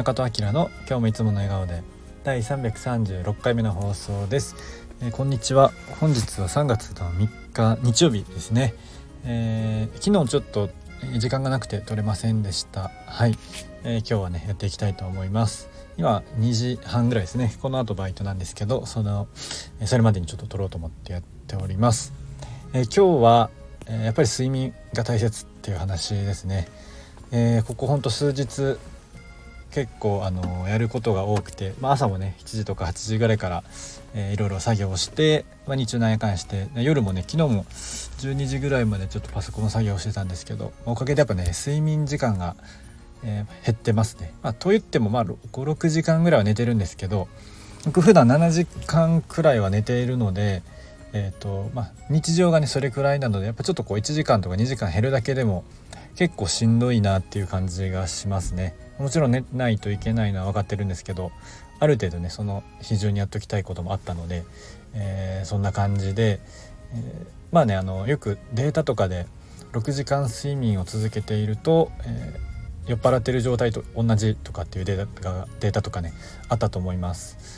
中戸明の今日もいつもの笑顔で第336回目の放送です。こんにちは。本日は3月の3日日曜日ですね。昨日ちょっと時間がなくて撮れませんでした。はい、今日はねやっていきたいと思います。今2時半ぐらいですね。この後バイトなんですけど、それまでにちょっと撮ろうと思ってやっております。今日はやっぱり睡眠が大切っていう話ですね。ここほんと数日結構やることが多くて、朝もね7時とか8時ぐらいから、いろいろ作業をして、日中なんやかんやして夜もね昨日も12時ぐらいまでちょっとパソコンの作業をしてたんですけど、おかげでやっぱね睡眠時間が、減ってますね。と言っても5、6時間ぐらいは寝てるんですけど、僕普段7時間くらいは寝ているので、日常がねそれくらいなので、やっぱちょっと1時間とか2時間減るだけでも結構しんどいなっていう感じがしますね。もちろん寝ないといけないのは分かってるんですけど、ある程度ねその日中にやっときたいこともあったので、そんな感じで、よくデータとかで6時間睡眠を続けていると、酔っ払ってる状態と同じとかっていうデータとかねあったと思います。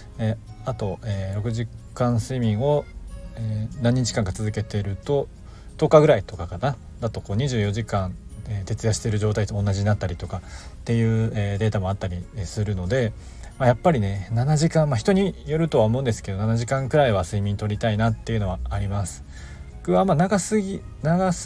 あと、6時間睡眠を、何日間か続けていると10日ぐらいとかかなだと24時間徹夜している状態と同じになったりとかっていう、データもあったりするので、やっぱりね7時間、人によるとは思うんですけど7時間くらいは睡眠取りたいなっていうのはあります。僕は長すぎる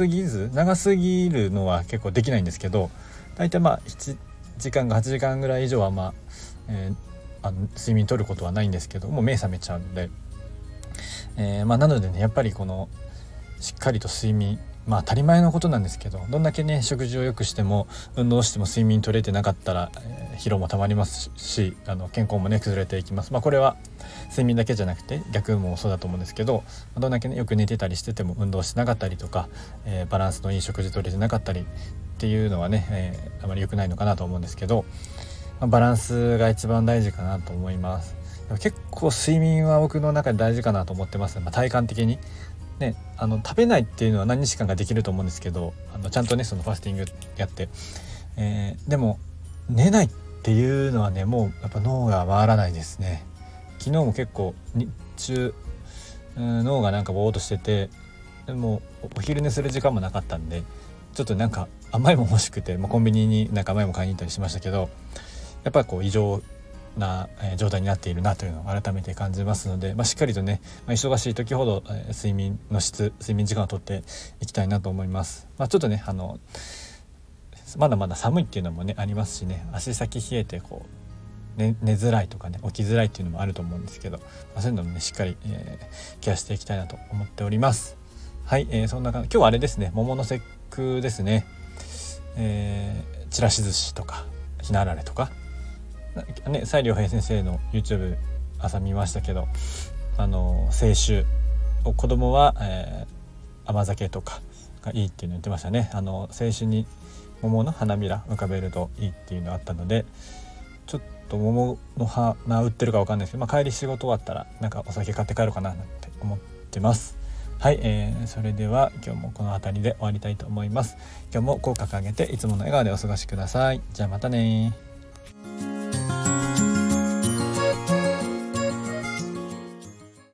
のは結構できないんですけど、大体7時間か8時間ぐらい以上は睡眠取ることはないんですけど、もう目覚めちゃうので、なのでねやっぱりこのしっかりと睡眠、当たり前のことなんですけど、どんだけね食事を良くしても運動しても睡眠取れてなかったら、疲労もたまりますし、健康もね崩れていきます。これは睡眠だけじゃなくて逆もそうだと思うんですけど、どんだけねよく寝てたりしてても運動してなかったりとか、バランスのいい食事取れてなかったりっていうのはね、あまり良くないのかなと思うんですけど、バランスが一番大事かなと思います。結構睡眠は僕の中で大事かなと思ってます。体感的にね、食べないっていうのは何日間かできると思うんですけど、ちゃんとねそのファスティングやって、でも寝ないっていうのはねもうやっぱ脳が回らないですね。昨日も結構日中、脳がぼーっとしてて、でもお昼寝する時間もなかったんで、ちょっと甘いも欲しくて、コンビニに甘いも買いに行ったりしましたけど、やっぱり異常な状態になっているなというのを改めて感じますので、しっかりとね、忙しい時ほど睡眠時間をとっていきたいなと思います。ちょっとねまだまだ寒いっていうのもねありますしね、足先冷えて寝づらいとかね起きづらいっていうのもあると思うんですけど、そういうのもねしっかり、ケアしていきたいなと思っております。はい、そんな感じ。今日はあれですね、桃の節句ですね。ちらし寿司とかひなあられとかね、蔡良平先生の YouTube 朝見ましたけど、清酒を子供は、甘酒とかがいいっていうの言ってましたね。清酒に桃の花びら浮かべるといいっていうのあったので、ちょっと桃の花売ってるか分かんないですけど、帰り仕事終わったらお酒買って帰ろうかななんて思ってます。はい、それでは今日もこの辺りで終わりたいと思います。今日も口角上げていつもの笑顔でお過ごしください。じゃあまたね。